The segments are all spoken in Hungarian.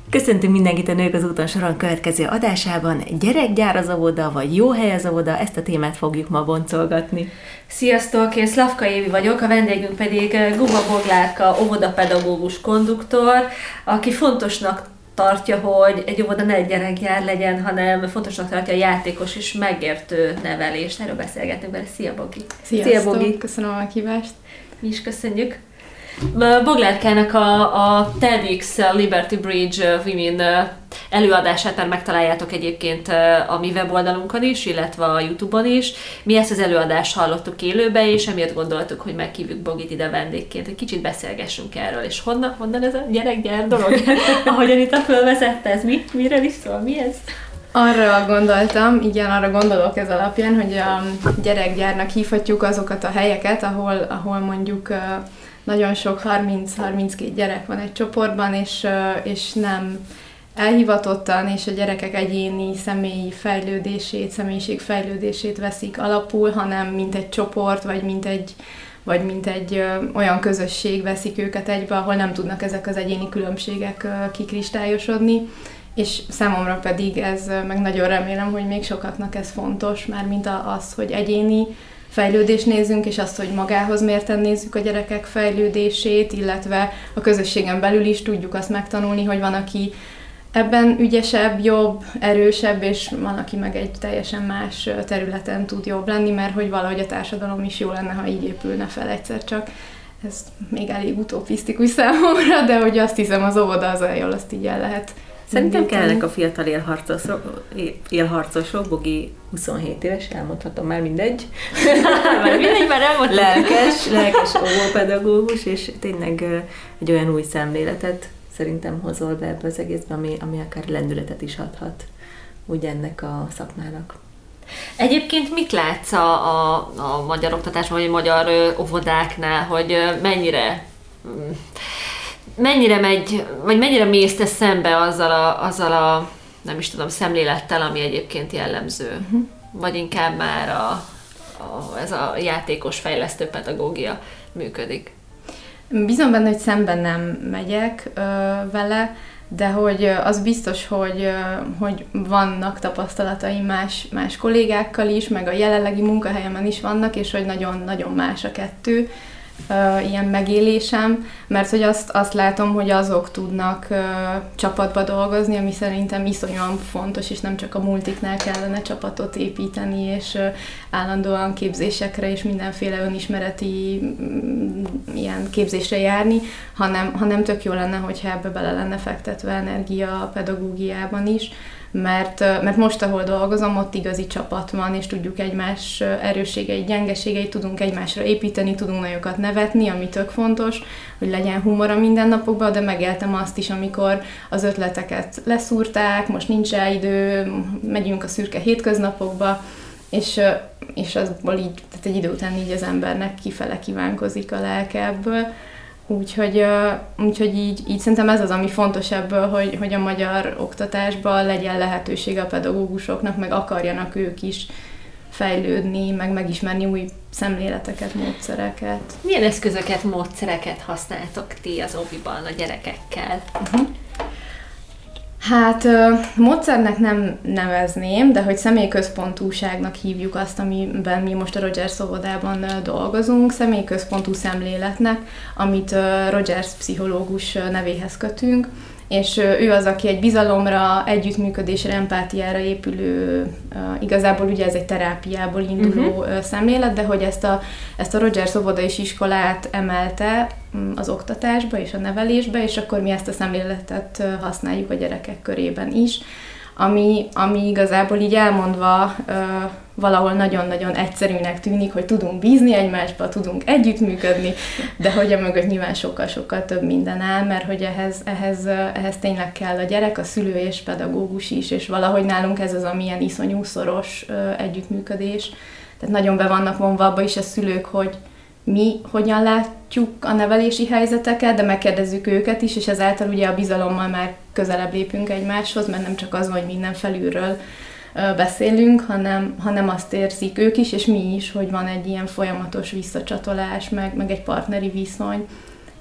Köszöntünk mindenkit a Nők az úton soron következő adásában. Gyerekgyár az óvoda, vagy jó hely az óvoda? Ezt a témát fogjuk ma boncolgatni. Sziasztok, én Szlavka Évi vagyok, a vendégünk pedig Guba Boglárka, óvodapedagógus konduktor, aki fontosnak tartja, hogy egy óvoda ne egy gyerekgyár legyen, hanem fontosnak tartja a játékos és megértő nevelést. Erről beszélgetünk vele. Szia, Bogi! Sziasztok! Szia, Bogi! Köszönöm a meghívást! Mi is köszönjük! Boglárkának a TEDx Liberty Bridge Women előadását már megtaláljátok egyébként a mi weboldalunkon is, illetve a YouTube-on is. Mi ezt az előadást hallottuk élőbe, és emiatt gondoltuk, hogy meghívjuk Bogit ide vendégként, hogy kicsit beszélgessünk erről. És honnan ez a gyerekgyár dolog? Ahogyan itt a fölvezette, ez miről is szól? Mi ez? Arra gondoltam, igen, arra gondolok ez alapján, hogy a gyerekgyárnak hívhatjuk azokat a helyeket, ahol mondjuk nagyon sok 30-32 gyerek van egy csoportban, és nem elhivatottan, és a gyerekek egyéni személyi fejlődését, személyiségfejlődését veszik alapul, hanem mint egy csoport, vagy mint egy olyan közösség veszik őket egybe, ahol nem tudnak ezek az egyéni különbségek kikristályosodni. És számomra pedig ez, meg nagyon remélem, hogy még sokaknak ez fontos, mármint az, hogy egyéni fejlődést nézzünk, és azt, hogy magához mérten nézzük a gyerekek fejlődését, illetve a közösségen belül is tudjuk azt megtanulni, hogy van, aki ebben ügyesebb, jobb, erősebb, és van, aki meg egy teljesen más területen tud jobb lenni, mert hogy valahogy a társadalom is jó lenne, ha így épülne fel egyszer csak. Ez még elég utopisztikus számomra, de hogy azt hiszem, az óvoda az jól, azt így el lehet. Szerintem kellenek a fiatal élharcosok, Bogi 27 éves, elmondhatom már, mindegy. Már elmondhatom. Lelkes óvópedagógus, és tényleg egy olyan új szemléletet szerintem hozol be ebbe az egészbe, ami akár lendületet is adhat úgy ennek a szakmának. Egyébként mit látsz a magyar oktatásban, vagy a magyar óvodáknál, hogy mennyire megy, vagy mennyire mész te szembe azzal a nem is tudom, szemlélettel, ami egyébként jellemző? Vagy inkább már ez a játékos fejlesztő pedagógia működik? Bízom benne, hogy szemben nem megyek vele, de hogy az biztos, hogy vannak tapasztalataim más kollégákkal is, meg a jelenlegi munkahelyemen is vannak, és hogy nagyon-nagyon más a kettő. Ilyen megélésem, mert hogy azt látom, hogy azok tudnak csapatba dolgozni, ami szerintem iszonyúan fontos, és nem csak a multiknál kellene csapatot építeni, és állandóan képzésekre és mindenféle önismereti ilyen képzésre járni, hanem tök jó lenne, hogyha ebbe bele lenne fektetve energia a pedagógiában is, mert most, ahol dolgozom, ott igazi csapat van, és tudjuk egymás erősségeit, gyengeségeit, tudunk egymásra építeni, tudunk nagyokat nevetni, ami tök fontos, hogy legyen humor a mindennapokban, de megéltem azt is, amikor az ötleteket leszúrták, most nincs rá idő, megyünk a szürke hétköznapokba, és azból így, tehát egy idő után így az embernek kifele kívánkozik a lelke ebből. Úgyhogy így szerintem ez az, ami fontos ebből, hogy a magyar oktatásban legyen lehetősége a pedagógusoknak, meg akarjanak ők is fejlődni, meg megismerni új szemléleteket, módszereket. Milyen eszközöket, módszereket használtok ti az óviban a gyerekekkel? Hát módszernek nem nevezném, de hogy személyközpontúságnak hívjuk azt, amiben mi most a Rogers óvodában dolgozunk, személyközpontú szemléletnek, amit Rogers pszichológus nevéhez kötünk, és ő az, aki egy bizalomra, együttműködésre, empátiára épülő, igazából ugye ez egy terápiából induló szemlélet, de hogy ezt a Rogers óvoda és iskolát emelte az oktatásba és a nevelésbe, és akkor mi ezt a szemléletet használjuk a gyerekek körében is, ami igazából így elmondva valahol nagyon-nagyon egyszerűnek tűnik, hogy tudunk bízni egymásba, tudunk együttműködni, de hogy a mögött nyilván sokkal-sokkal több minden áll, mert hogy ehhez tényleg kell a gyerek, a szülő és pedagógus is, és valahogy nálunk ez az, amilyen iszonyú szoros együttműködés. Tehát nagyon be vannak vonva abba is a szülők, hogy mi hogyan látjuk a nevelési helyzeteket, de megkérdezzük őket is, és ezáltal ugye a bizalommal már közelebb lépünk egymáshoz, mert nem csak az, hogy minden felülről beszélünk, hanem azt érzik ők is, és mi is, hogy van egy ilyen folyamatos visszacsatolás, meg egy partneri viszony.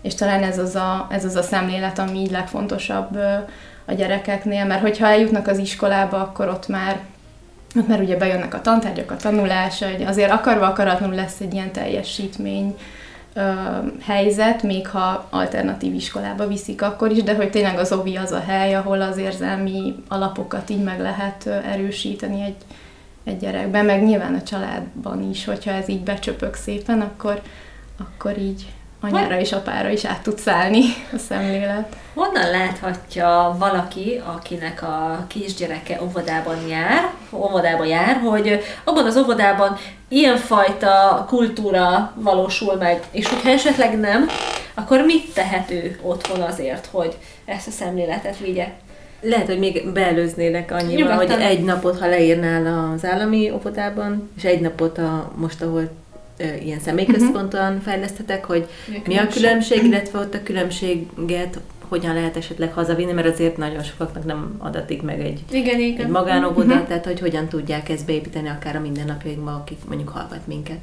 és talán ez az a szemlélet, ami így legfontosabb a gyerekeknél, mert hogyha eljutnak az iskolába, akkor ott már ugye bejönnek a tantárgyak, a tanulás, azért akarva akaratlanul lesz egy ilyen teljesítmény helyzet, még ha alternatív iskolába viszik akkor is, de hogy tényleg az ovi az a hely, ahol az érzelmi alapokat így meg lehet erősíteni egy gyerekben, meg nyilván a családban is, hogyha ez így becsöpög szépen, akkor így anyára és apára is át tud szállni a szemlélet. Honnan láthatja valaki, akinek a kisgyereke óvodába jár, hogy abban az óvodában ilyenfajta kultúra valósul meg, és hogyha esetleg nem, akkor mit tehet ő otthon azért, hogy ezt a szemléletet vigye? Lehet, hogy még beelőznélek annyival, hogy egy napot, ha leírnál az állami óvodában, és egy napot most, ahol ilyen személyközponton fejlesztetek, hogy mi a különbség, illetve ott a különbséget hogyan lehet esetleg hazavinni, mert azért nagyon sokaknak nem adatik meg egy magánóvoda, tehát hogy hogyan tudják ezt beépíteni akár a mindennapjainkba, akik mondjuk hallgat minket.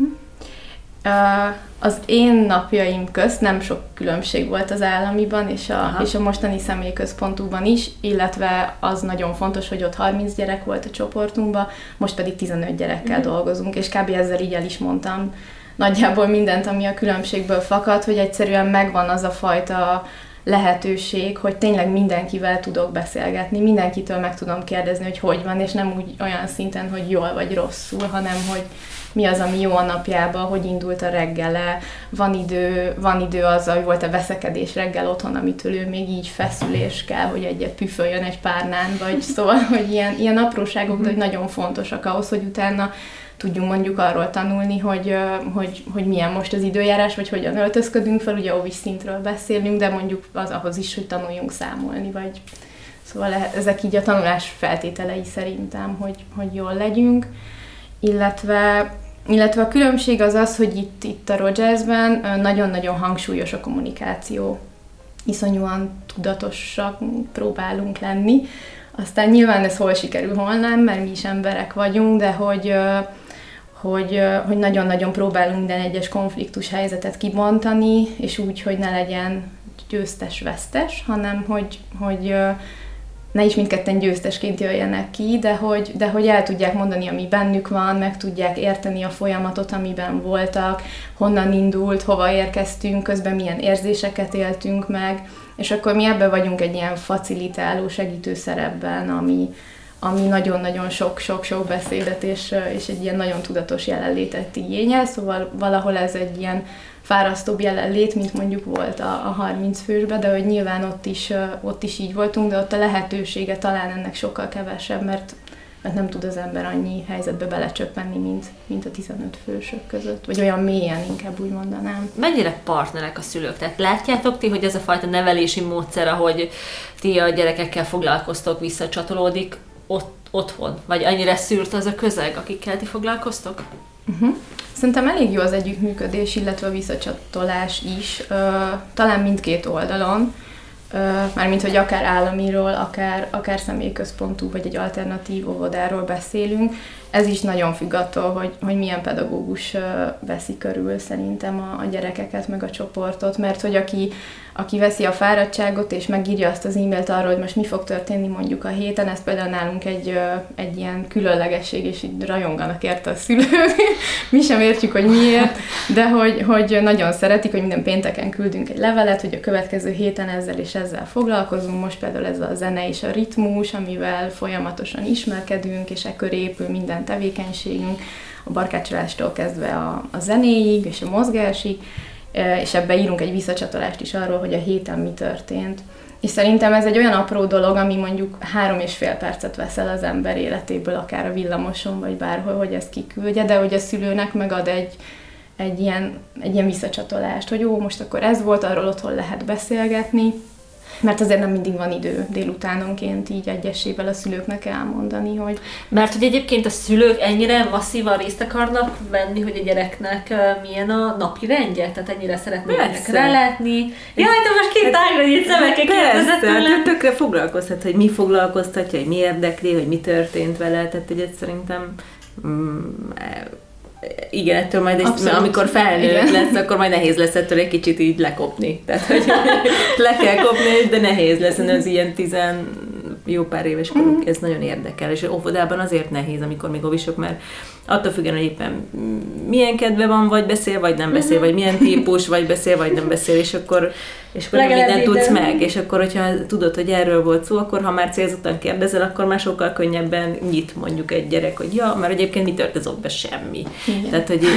Az én napjaim közt nem sok különbség volt az államiban és a mostani személyközpontúban is, illetve az nagyon fontos, hogy ott 30 gyerek volt a csoportunkban, most pedig 15 gyerekkel dolgozunk, és kb. Ezzel így el is mondtam nagyjából mindent, ami a különbségből fakad, hogy egyszerűen megvan az a fajta lehetőség, hogy tényleg mindenkivel tudok beszélgetni, mindenkitől meg tudom kérdezni, hogy van, és nem úgy olyan szinten, hogy jól vagy rosszul, hanem hogy mi az, ami jó a napjában, hogy indult a reggele, van idő azzal, hogy volt a veszekedés reggel otthon, amitől ő még így feszül, és kell, hogy egyet püföljön egy párnán, vagy szóval, hogy ilyen apróságok, de hogy nagyon fontosak ahhoz, hogy utána tudjunk mondjuk arról tanulni, hogy milyen most az időjárás, vagy hogyan öltözködünk fel, ugye óvis szintről beszélünk, de mondjuk ahhoz is, hogy tanuljunk számolni, vagy szóval ezek így a tanulás feltételei szerintem, hogy jól legyünk. Illetve a különbség az, hogy itt a Rogersben nagyon-nagyon hangsúlyos a kommunikáció. Iszonyúan tudatosak próbálunk lenni. Aztán nyilván ez hol sikerül, hol nem, mert mi is emberek vagyunk, de hogy nagyon-nagyon próbálunk minden egyes konfliktus helyzetet kibontani, és úgy, hogy ne legyen győztes-vesztes, hanem hogy ne is mindketten győztesként jöjjenek ki, de hogy el tudják mondani, ami bennük van, meg tudják érteni a folyamatot, amiben voltak, honnan indult, hova érkeztünk, közben milyen érzéseket éltünk meg, és akkor mi ebben vagyunk egy ilyen facilitáló, segítő szerepben, ami nagyon-nagyon sok beszédet és egy ilyen nagyon tudatos jelenlétet igényel, szóval valahol ez egy ilyen fárasztóbb jelenlét, mint mondjuk volt a 30 fősben, de hogy nyilván ott is így voltunk, de ott a lehetősége talán ennek sokkal kevesebb, mert nem tud az ember annyi helyzetbe belecsöppenni, mint a 15 fősök között, vagy olyan mélyen inkább úgy mondanám. Mennyire partnerek a szülők? Tehát látjátok ti, hogy ez a fajta nevelési módszer, ahogy ti a gyerekekkel foglalkoztok, visszacsatolódik otthon? Vagy annyira szűrt az a közeg, akikkel ti foglalkoztok? Szerintem elég jó az együttműködés, illetve a visszacsatolás is, talán mindkét oldalon, mármint, hogy akár államiról, akár személyközpontú, vagy egy alternatív óvodáról beszélünk. Ez is nagyon függ attól, hogy milyen pedagógus veszi körül szerintem a gyerekeket, meg a csoportot, mert hogy aki veszi a fáradtságot, és megírja azt az e-mailt arról, hogy most mi fog történni mondjuk a héten, ez például nálunk egy ilyen különlegesség, és így rajonganak érte a szülők. Mi sem értjük, hogy miért, de hogy nagyon szeretik, hogy minden pénteken küldünk egy levelet, hogy a következő héten ezzel és ezzel foglalkozunk, most például ez a zene és a ritmus, amivel folyamatosan ismerkedünk, és e köré épül minden tevékenységünk, a barkácsolástól kezdve a zenéig és a mozgásig, és ebbe írunk egy visszacsatolást is arról, hogy a héten mi történt. És szerintem ez egy olyan apró dolog, ami mondjuk 3,5 percet vesz el az ember életéből, akár a villamoson, vagy bárhol, hogy ezt kiküldje, de hogy a szülőnek megad egy ilyen visszacsatolást, hogy jó, most akkor ez volt, arról otthon lehet beszélgetni, mert azért nem mindig van idő délutánonként így egyesével a szülőknek elmondani, hogy... Mert hogy egyébként a szülők ennyire masszívan részt akarnak venni, hogy a gyereknek milyen a napi rendje? Tehát ennyire szeretnének rálátni. Jaj, te most két tágra nyílt szemekkel kérdezett tőlem. Tökre foglalkozhat, hogy mi foglalkoztatja, hogy mi érdekli, hogy mi történt vele, tehát ugye szerintem Igen, ettől majd amikor felnőtt lesz, akkor majd nehéz lesz ettől egy kicsit így lekopni. Tehát, hogy le kell kopni, de nehéz lesz, az ilyen jó pár éves koruk, ez nagyon érdekel, és óvodában azért nehéz, amikor még óvisok, mert attól függően, hogy éppen milyen kedve van, vagy beszél, vagy nem beszél, vagy milyen típus, vagy beszél, vagy nem beszél, és akkor mindent tudsz meg, és akkor, hogyha tudod, hogy erről volt szó, akkor ha már célzottan kérdezel, akkor már sokkal könnyebben nyit mondjuk egy gyerek, hogy ja, mert egyébként mi történt ott be semmi. Igen. Tehát, hogy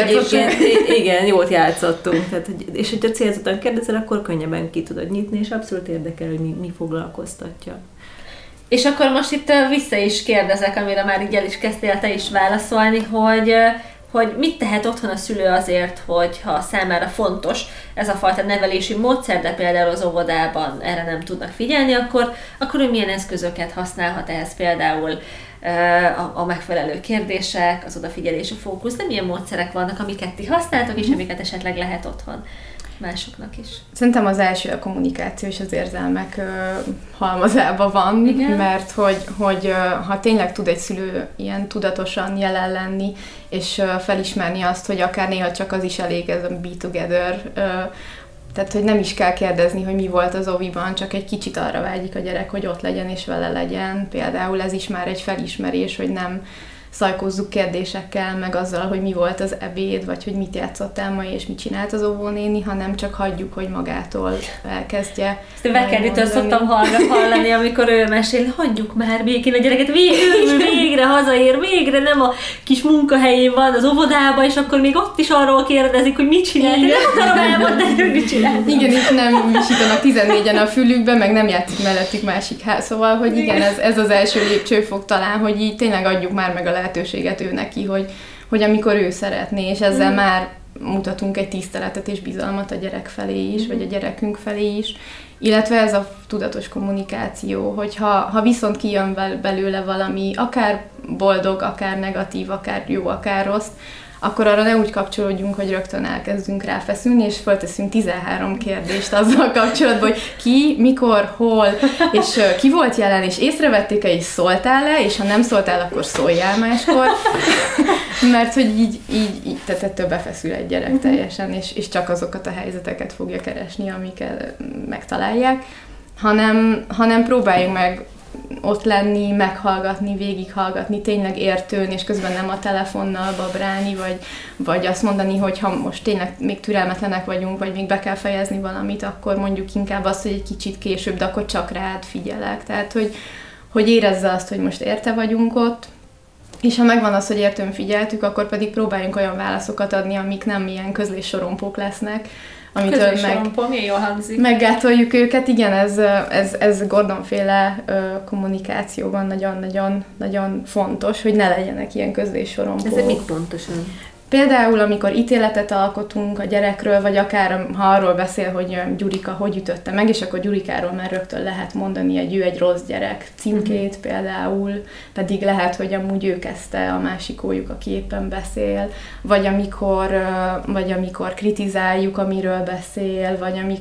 igen, jót játszottunk. Tehát, és hogyha célzottan kérdezel, akkor könnyebben ki tudod nyitni, és abszolút érdekel, hogy mi foglalkoztatja. És akkor most itt vissza is kérdezek, amire már így el is kezdtél te is válaszolni, hogy mit tehet otthon a szülő azért, hogy ha számára fontos ez a fajta nevelési módszer, de például az óvodában erre nem tudnak figyelni, akkor ő milyen eszközöket használhat ehhez, például a megfelelő kérdések, az odafigyelés, a fókusz, de milyen módszerek vannak, amiket ti használtok, és amiket esetleg lehet otthon másoknak is. Szerintem az első a kommunikáció és az érzelmek halmazában van, igen. Mert hogy ha tényleg tud egy szülő ilyen tudatosan jelen lenni, és felismerni azt, hogy akár néha csak az is elég, ez a be together, tehát hogy nem is kell kérdezni, hogy mi volt az óviban, csak egy kicsit arra vágyik a gyerek, hogy ott legyen és vele legyen. Például ez is már egy felismerés, hogy nem szajkózzuk kérdésekkel, meg azzal, hogy mi volt az ebéd, vagy hogy mit játszottál ma, és mit csinált az óvónéni, hanem csak hagyjuk, hogy magától elkezdje. Ezt Vekerítől szoktam hallani, amikor ő mesél, hagyjuk már békén a gyereket, végre hazaér, végre nem a kis munkahelyén van az óvodában, és akkor még ott is arról kérdezik, hogy mit csinált. Én nem akarom elmondani, hogy mit csinált. Igen, itt nem visítanak 14-en a fülükbe, meg nem játszik mellettük másik ház. Szóval, hogy igen, ez az első lépcsőfok talán, hogy így tényleg adjuk már meg a lehetőséget ő neki, hogy amikor ő szeretné, és ezzel már mutatunk egy tiszteletet és bizalmat a gyerek felé is, vagy a gyerekünk felé is, illetve ez a tudatos kommunikáció, hogy ha viszont kijön belőle valami, akár boldog, akár negatív, akár jó, akár rossz, akkor arra ne úgy kapcsolódjunk, hogy rögtön elkezdünk ráfeszülni, és fölteszünk 13 kérdést azzal kapcsolatban, hogy ki, mikor, hol, és ki volt jelen, és észrevették-e, és szóltál-e, és ha nem szóltál, akkor szóljál máskor, mert hogy így tehát ettől befeszül egy gyerek teljesen, és csak azokat a helyzeteket fogja keresni, amiket megtalálják, hanem próbáljunk meg ott lenni, meghallgatni, végighallgatni, tényleg értőn, és közben nem a telefonnal babrálni, vagy azt mondani, hogy ha most tényleg még türelmetlenek vagyunk, vagy még be kell fejezni valamit, akkor mondjuk inkább azt, hogy egy kicsit később, de akkor csak rád figyelek. Tehát, hogy érezze azt, hogy most érte vagyunk ott, és ha megvan az, hogy értőn figyeltük, akkor pedig próbáljunk olyan válaszokat adni, amik nem ilyen közléssorompók lesznek, amitől meggátoljuk őket. Igen, ez Gordon-féle kommunikációban nagyon fontos, hogy ne legyenek ilyen közléssorompók. Ez mit pontosan? Például, amikor ítéletet alkotunk a gyerekről, vagy akár ha arról beszél, hogy Gyurika hogy ütötte meg, és akkor Gyurikáról már rögtön lehet mondani, hogy ő egy rossz gyerek címkét például, pedig lehet, hogy amúgy ő kezdte a másikójuk, aki éppen beszél, vagy amikor kritizáljuk, amiről beszél,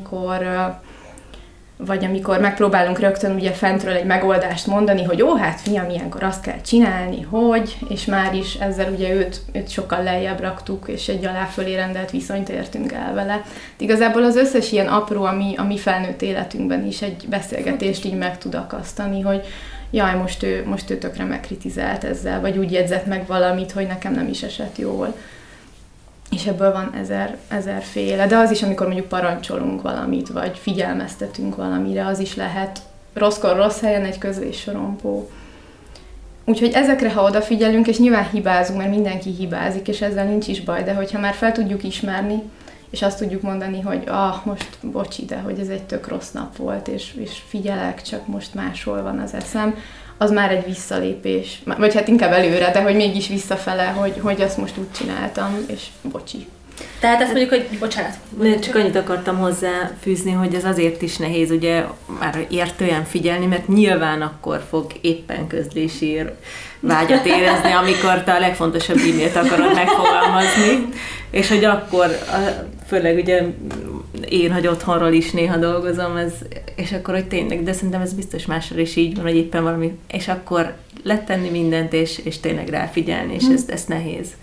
vagy amikor megpróbálunk rögtön ugye fentről egy megoldást mondani, hogy hát fiam, ilyenkor azt kell csinálni, és már is ezzel ugye őt sokkal lejjebb raktuk, és egy alá-fölé rendelt viszonyt értünk el vele. Igazából az összes ilyen apró, ami felnőtt életünkben is egy beszélgetést így meg tud akasztani, hogy jaj, most ő tökre megkritizált ezzel, vagy úgy jegyzett meg valamit, hogy nekem nem is esett jól. És ebből van ezerféle, de az is, amikor mondjuk parancsolunk valamit, vagy figyelmeztetünk valamire, az is lehet rosszkor rossz helyen egy közléssorompó. Úgyhogy ezekre, ha odafigyelünk, és nyilván hibázunk, mert mindenki hibázik, és ezzel nincs is baj, de hogyha már fel tudjuk ismerni, és azt tudjuk mondani, hogy most bocsi, de hogy ez egy tök rossz nap volt, és figyelek, csak most máshol van az eszem, az már egy visszalépés, vagy hát inkább előre, de hogy mégis visszafele, hogy azt most úgy csináltam, és bocsi. Tehát azt mondjuk, hogy bocsánat. Csak annyit akartam hozzáfűzni, hogy ez azért is nehéz ugye már értően figyelni, mert nyilván akkor fog éppen közlési vágyat érezni, amikor te a legfontosabb e-mailt akarod megfogalmazni, és hogy akkor, főleg ugye én, hogy otthonról is néha dolgozom, és akkor, hogy tényleg, de szerintem ez biztos másról is így van, hogy éppen valami, és akkor letenni mindent, és tényleg ráfigyelni, és ez nehéz.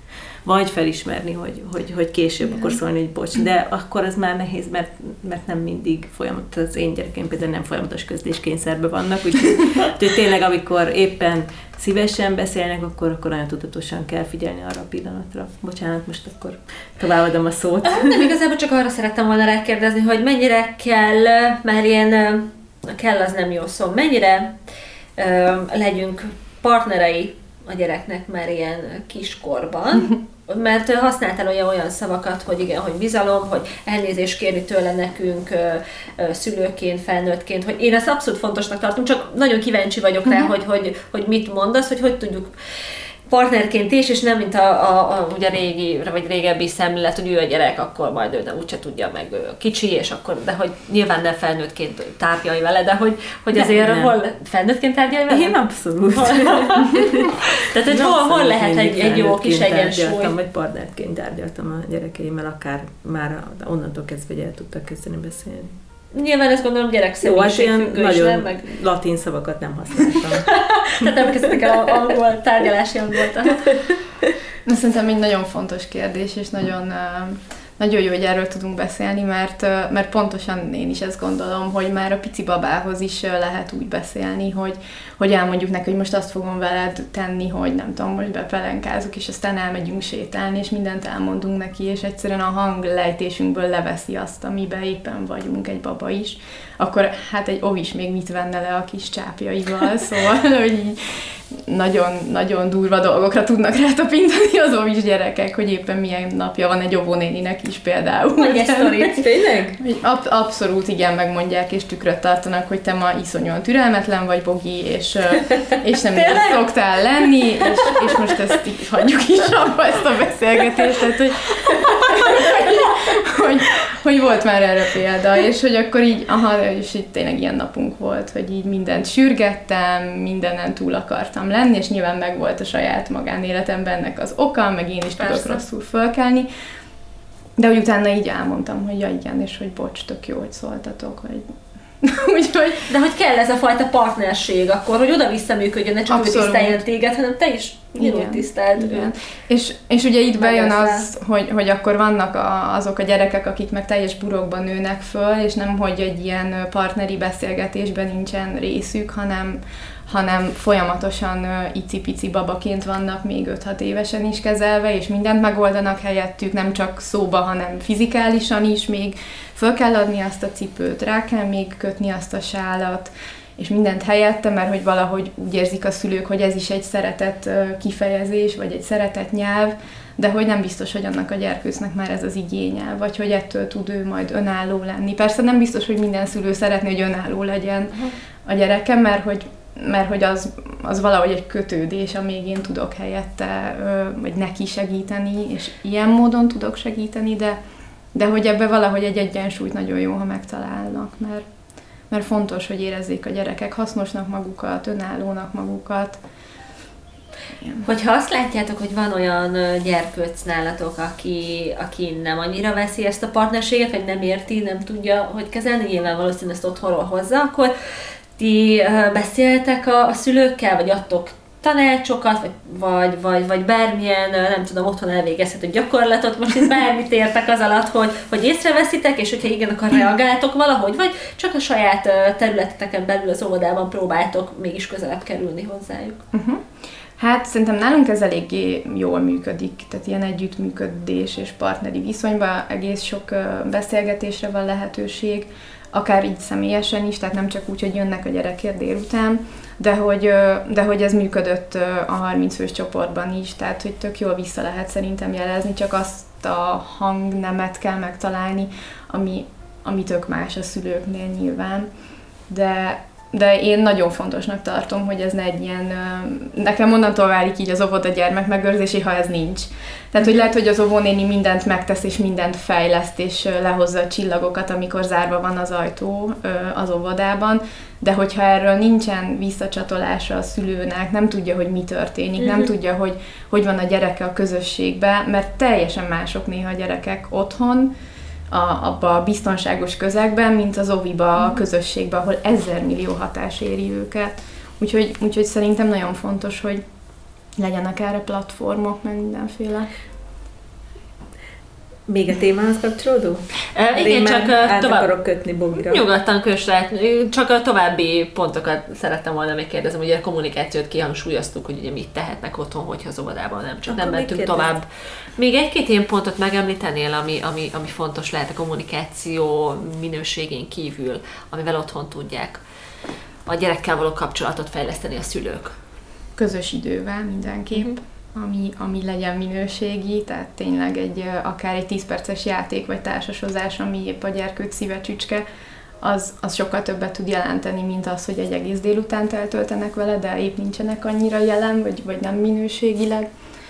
vagy felismerni, hogy később akkor szólni, hogy bocs, de akkor az már nehéz, mert nem mindig folyamatos, az én gyerekeim például nem folyamatos közléskényszerben vannak, úgyhogy tényleg amikor éppen szívesen beszélnek, akkor nagyon tudatosan kell figyelni arra a pillanatra. Bocsánat, most akkor továbbadom a szót. Nem, igazából csak arra szerettem volna rákérdezni, hogy mennyire kell, már ilyen, kell az nem jó szó, mennyire legyünk partnerei a gyereknek már ilyen kiskorban, mert használtál olyan szavakat, hogy igen, hogy bizalom, hogy elnézést kérni tőle nekünk szülőként, felnőttként, hogy én ezt abszolút fontosnak tartom, csak nagyon kíváncsi vagyok rá, hogy mit mondasz, hogy tudjuk partnerként is, és nem mint ugye régi, vagy régebbi szemlélet, hogy ő a gyerek, akkor majd ő úgyse tudja, meg ő kicsi, és akkor, de hogy nyilván nem felnőttként tárgyalj vele, de hogy azért hol felnőttként tárgyalj vele? Én abszolút. Tehát, hogy hol lehet egy jó kis egyensúly? Vagy partnerként tárgyaltam a gyerekeimmel, akár már onnantól kezdve el tudtak kezdeni beszélni. Nyilván ezt gondolom gyerekszemélységfüggő, nagyon meg latin szavakat nem használtam. Tehát nem kezdtek el angol, tárgyalási angolt. Szerintem egy nagyon fontos kérdés, és nagyon jó, hogy erről tudunk beszélni, mert pontosan én is ezt gondolom, hogy már a pici babához is lehet úgy beszélni, hogy elmondjuk neki, hogy most azt fogom veled tenni, hogy nem tudom, most bepelenkázunk, és aztán elmegyünk sétálni, és mindent elmondunk neki, és egyszerűen a hanglejtésünkből leveszi azt, amiben éppen vagyunk, egy baba is. Akkor hát egy ovis még mit venne le a kis csápjaival, szóval, hogy így nagyon durva dolgokra tudnak rátapintani az ovis gyerekek, hogy éppen milyen napja van egy óvónéninek is például. Egy sztorit. Tényleg? Abszolút igen, megmondják és tükröt tartanak, hogy te ma iszonyúan türelmetlen vagy, Bogi, és nem így szoktál lenni, és most ezt így hagyjuk is abba, ezt a beszélgetést, tehát hogy volt már erre példa, és hogy akkor így, és így tényleg ilyen napunk volt, hogy így mindent sürgettem, mindenen túl akartam lenni, és nyilván meg volt a saját magánéletemben ennek az oka, meg én is tudok rosszul fölkelni, de hogy utána így elmondtam, hogy ja igen, és hogy bocs, tök jó, hogy szóltatok, hogy úgyhogy... De hogy kell ez a fajta partnerség akkor, hogy oda-vissza működjön, ne csak ő tiszteljen téged, hanem te is nyilván tiszteld őt. És ugye itt bejön az, hogy akkor vannak azok a gyerekek, akik meg teljes burokban nőnek föl, és nem, hogy egy ilyen partneri beszélgetésben nincsen részük, hanem folyamatosan icipici babaként vannak még 5-6 évesen is kezelve, és mindent megoldanak helyettük, nem csak szóba, hanem fizikálisan is, még föl kell adni azt a cipőt, rá kell még kötni azt a sálat, és mindent helyette, mert hogy valahogy úgy érzik a szülők, hogy ez is egy szeretett kifejezés, vagy egy szeretett nyelv, de hogy nem biztos, hogy annak a gyerkőcnek már ez az igénye, vagy hogy ettől tud ő majd önálló lenni. Persze nem biztos, hogy minden szülő szeretné, hogy önálló legyen a gyereke, mert hogy az valahogy egy kötődés, amíg én tudok helyette, vagy neki segíteni, és ilyen módon tudok segíteni, de hogy ebbe valahogy egy egyensúlyt nagyon jó, ha megtalálnak, mert fontos, hogy érezzék a gyerekek hasznosnak magukat, önállónak magukat. Igen. Hogyha azt látjátok, hogy van olyan gyerkőc nálatok, aki nem annyira veszi ezt a partnerséget, vagy nem érti, nem tudja, hogy kezelni, nyilván valószínűleg ezt otthonról hozza, akkor ti beszéltek a szülőkkel, vagy adtok tanácsokat, vagy bármilyen, nem tudom, otthon elvégezhető gyakorlatot, most itt bármit értek az alatt, hogy észreveszitek, és hogyha igen, akkor reagáltok valahogy, vagy csak a saját területeteken belül az óvodában próbáltok mégis közelebb kerülni hozzájuk? Hát szerintem nálunk ez eléggé jól működik, tehát ilyen együttműködés és partneri viszonyban egész sok beszélgetésre van lehetőség, akár így személyesen is, tehát nem csak úgy, hogy jönnek a gyerekért délután, de hogy ez működött a 30 fős csoportban is, tehát hogy tök jól vissza lehet szerintem jelezni, csak azt a hangnemet kell megtalálni, ami tök más a szülőknél nyilván, de én nagyon fontosnak tartom, hogy ez ne egy ilyen, nekem onnantól válik így az óvoda gyermekmegőrzési, ha ez nincs. Tehát, hogy lehet, hogy az óvónéni mindent megtesz, és mindent fejleszt, és lehozza a csillagokat, amikor zárva van az ajtó az óvodában, de hogyha erről nincsen visszacsatolása a szülőnek, nem tudja, hogy mi történik, nem tudja, hogy van a gyereke a közösségben, mert teljesen mások néha a gyerekek otthon, abba a biztonságos közegben, mint az oviba, a közösségben, ahol 1000 millió hatás éri őket. Úgyhogy szerintem nagyon fontos, hogy legyenek erre platformok, meg mindenféle. Még a témához kapcsolódó? Igen, csak tovább akarok kötni Bogira. Nyugodtan kös rá, csak a további pontokat szerettem volna megkérdezni, ugye a kommunikációt kihangsúlyoztuk, hogy ugye mit tehetnek otthon, hogyha az óvodában nem, csak akkor nem mentünk tovább. Még egy-két ilyen pontot megemlítenél, ami fontos lehet a kommunikáció minőségén kívül, amivel otthon tudják a gyerekkel való kapcsolatot fejleszteni a szülők? Közös idővel mindenképp. Ami legyen minőségi, tehát tényleg akár egy 10 perces játék vagy társasozás, ami épp a gyerkőc szíve csücske, az sokkal többet tud jelenteni, mint az, hogy egy egész délutánt eltöltenek vele, de épp nincsenek annyira jelen, vagy nem minőségileg.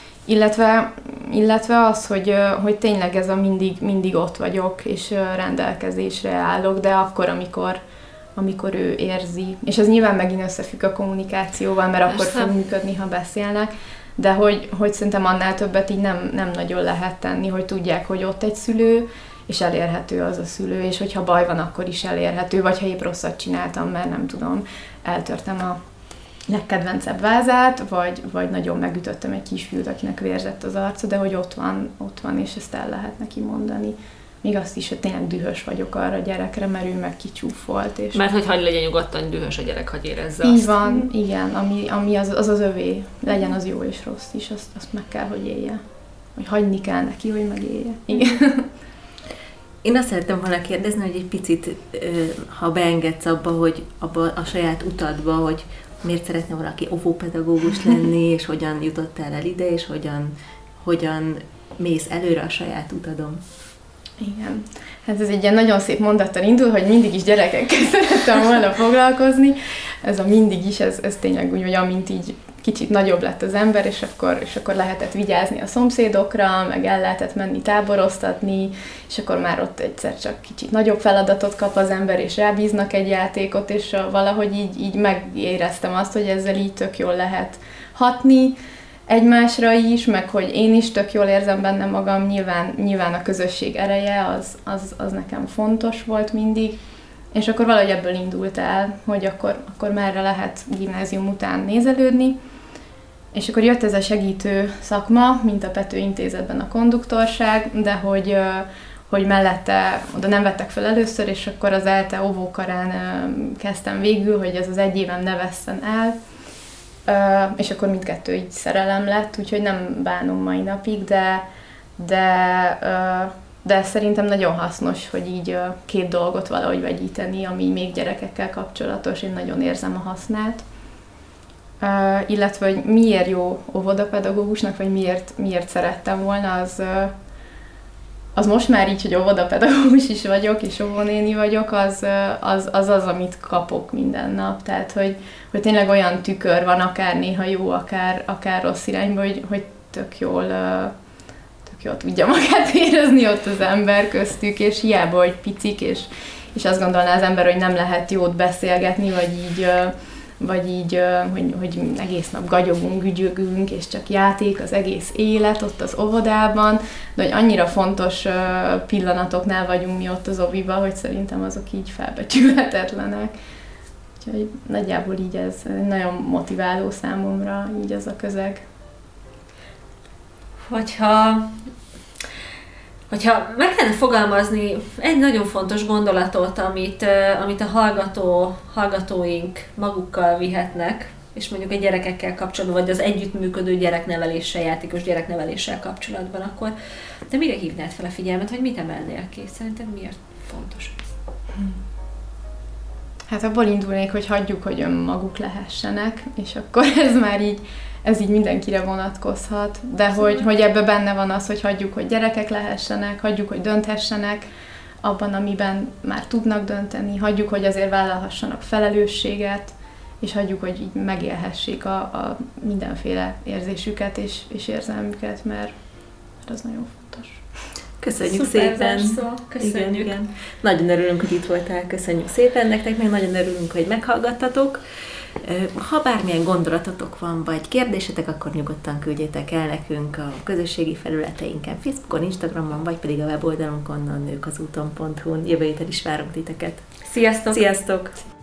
Illetve az, hogy tényleg ez a mindig ott vagyok, és rendelkezésre állok, de akkor, amikor ő érzi. És ez nyilván megint összefügg a kommunikációval, mert akkor fog működni, ha beszélnek, de hogy szerintem annál többet így nem nagyon lehet tenni, hogy tudják, hogy ott egy szülő, és elérhető az a szülő, és hogyha baj van, akkor is elérhető, vagy ha épp rosszat csináltam, mert nem tudom, eltörtem a legkedvencebb vázát, vagy nagyon megütöttem egy kisfiút, akinek vérzett az arca, de hogy ott van, és ezt el lehet neki mondani. Még azt is, hogy tényleg dühös vagyok arra a gyerekre, mert ő meg kicsúfolt. És mert hogy hagyj legyen nyugodtan dühös a gyerek, hagyj érezze azt. Így van, igen, ami az övé, legyen az jó és rossz is, azt meg kell, hogy élje. Hogy hagyni kell neki, hogy megélje. Igen. Én azt szerettem volna kérdezni, hogy egy picit, ha beengedsz abba a saját utadba, hogy miért szeretne valaki óvópedagógus lenni, és hogyan jutottál el ide, és hogyan mész előre a saját utadon. Igen. Hát ez egy ilyen nagyon szép mondattal indul, hogy mindig is gyerekekkel szerettem volna foglalkozni. Ez a mindig is, ez tényleg úgy, hogy amint így kicsit nagyobb lett az ember, és akkor lehetett vigyázni a szomszédokra, meg el lehetett menni táboroztatni, és akkor már ott egyszer csak kicsit nagyobb feladatot kap az ember, és rábíznak egy játékot, és valahogy így megéreztem azt, hogy ezzel így tök jól lehet hatni egymásra is, meg hogy én is tök jól érzem benne magam, nyilván a közösség ereje, az nekem fontos volt mindig, és akkor valahogy ebből indult el, hogy akkor merre lehet gimnázium után nézelődni, és akkor jött ez a segítő szakma, mint a Pető Intézetben a konduktorság, de hogy mellette oda nem vettek fel először, és akkor az ELTE óvókarán kezdtem végül, hogy ez az egy évem ne vesszen el, és akkor mindkettő így szerelem lett, úgyhogy nem bánom mai napig, de szerintem nagyon hasznos, hogy így két dolgot valahogy vegyíteni, ami még gyerekekkel kapcsolatos, én nagyon érzem a hasznát. Illetve, hogy miért jó óvodapedagógusnak, vagy miért szerettem volna, az most már így, hogy óvodapedagógus is vagyok, és óvónéni vagyok, az, amit kapok minden nap. Tehát, hogy tényleg olyan tükör van, akár néha jó, akár rossz irányba, hogy tök jól tudja magát érezni ott az ember köztük, és hiába, hogy picik, és azt gondolná az ember, hogy nem lehet jót beszélgetni, vagy így, hogy egész nap gagyogunk, gügyögünk, és csak játék az egész élet ott az óvodában, de hogy annyira fontos pillanatoknál vagyunk mi ott az óviba, hogy szerintem azok így felbecsülhetetlenek. Úgyhogy nagyjából így ez nagyon motiváló számomra, így az a közeg. Hogyha meg kellene fogalmazni egy nagyon fontos gondolatot, amit a hallgatóink magukkal vihetnek, és mondjuk a gyerekekkel kapcsolatban, vagy az együttműködő gyerekneveléssel, játékos gyerekneveléssel kapcsolatban, akkor te mire hívnád fel a figyelmet, vagy mit emelnél ki? Szerinted miért fontos ez? Hát abból indulnék, hogy hagyjuk, hogy önmaguk lehessenek, és akkor ez így mindenkire vonatkozhat, de hogy ebbe benne van az, hogy hagyjuk, hogy gyerekek lehessenek, hagyjuk, hogy dönthessenek abban, amiben már tudnak dönteni, hagyjuk, hogy azért vállalhassanak felelősséget, és hagyjuk, hogy így megélhessék a mindenféle érzésüket és érzelmüket, mert az nagyon fontos. Köszönjük szépen! Köszönjük! Igen. Nagyon örülünk, hogy itt voltál, köszönjük szépen nektek, meg nagyon örülünk, hogy meghallgattatok. Ha bármilyen gondolatotok van, vagy kérdésetek, akkor nyugodtan küldjétek el nekünk a közösségi felületeinken, Facebookon, Instagramon, vagy pedig a weboldalunkon, a nőkazúton.hu-n. Jövő héten is várunk titeket. Sziasztok! Sziasztok!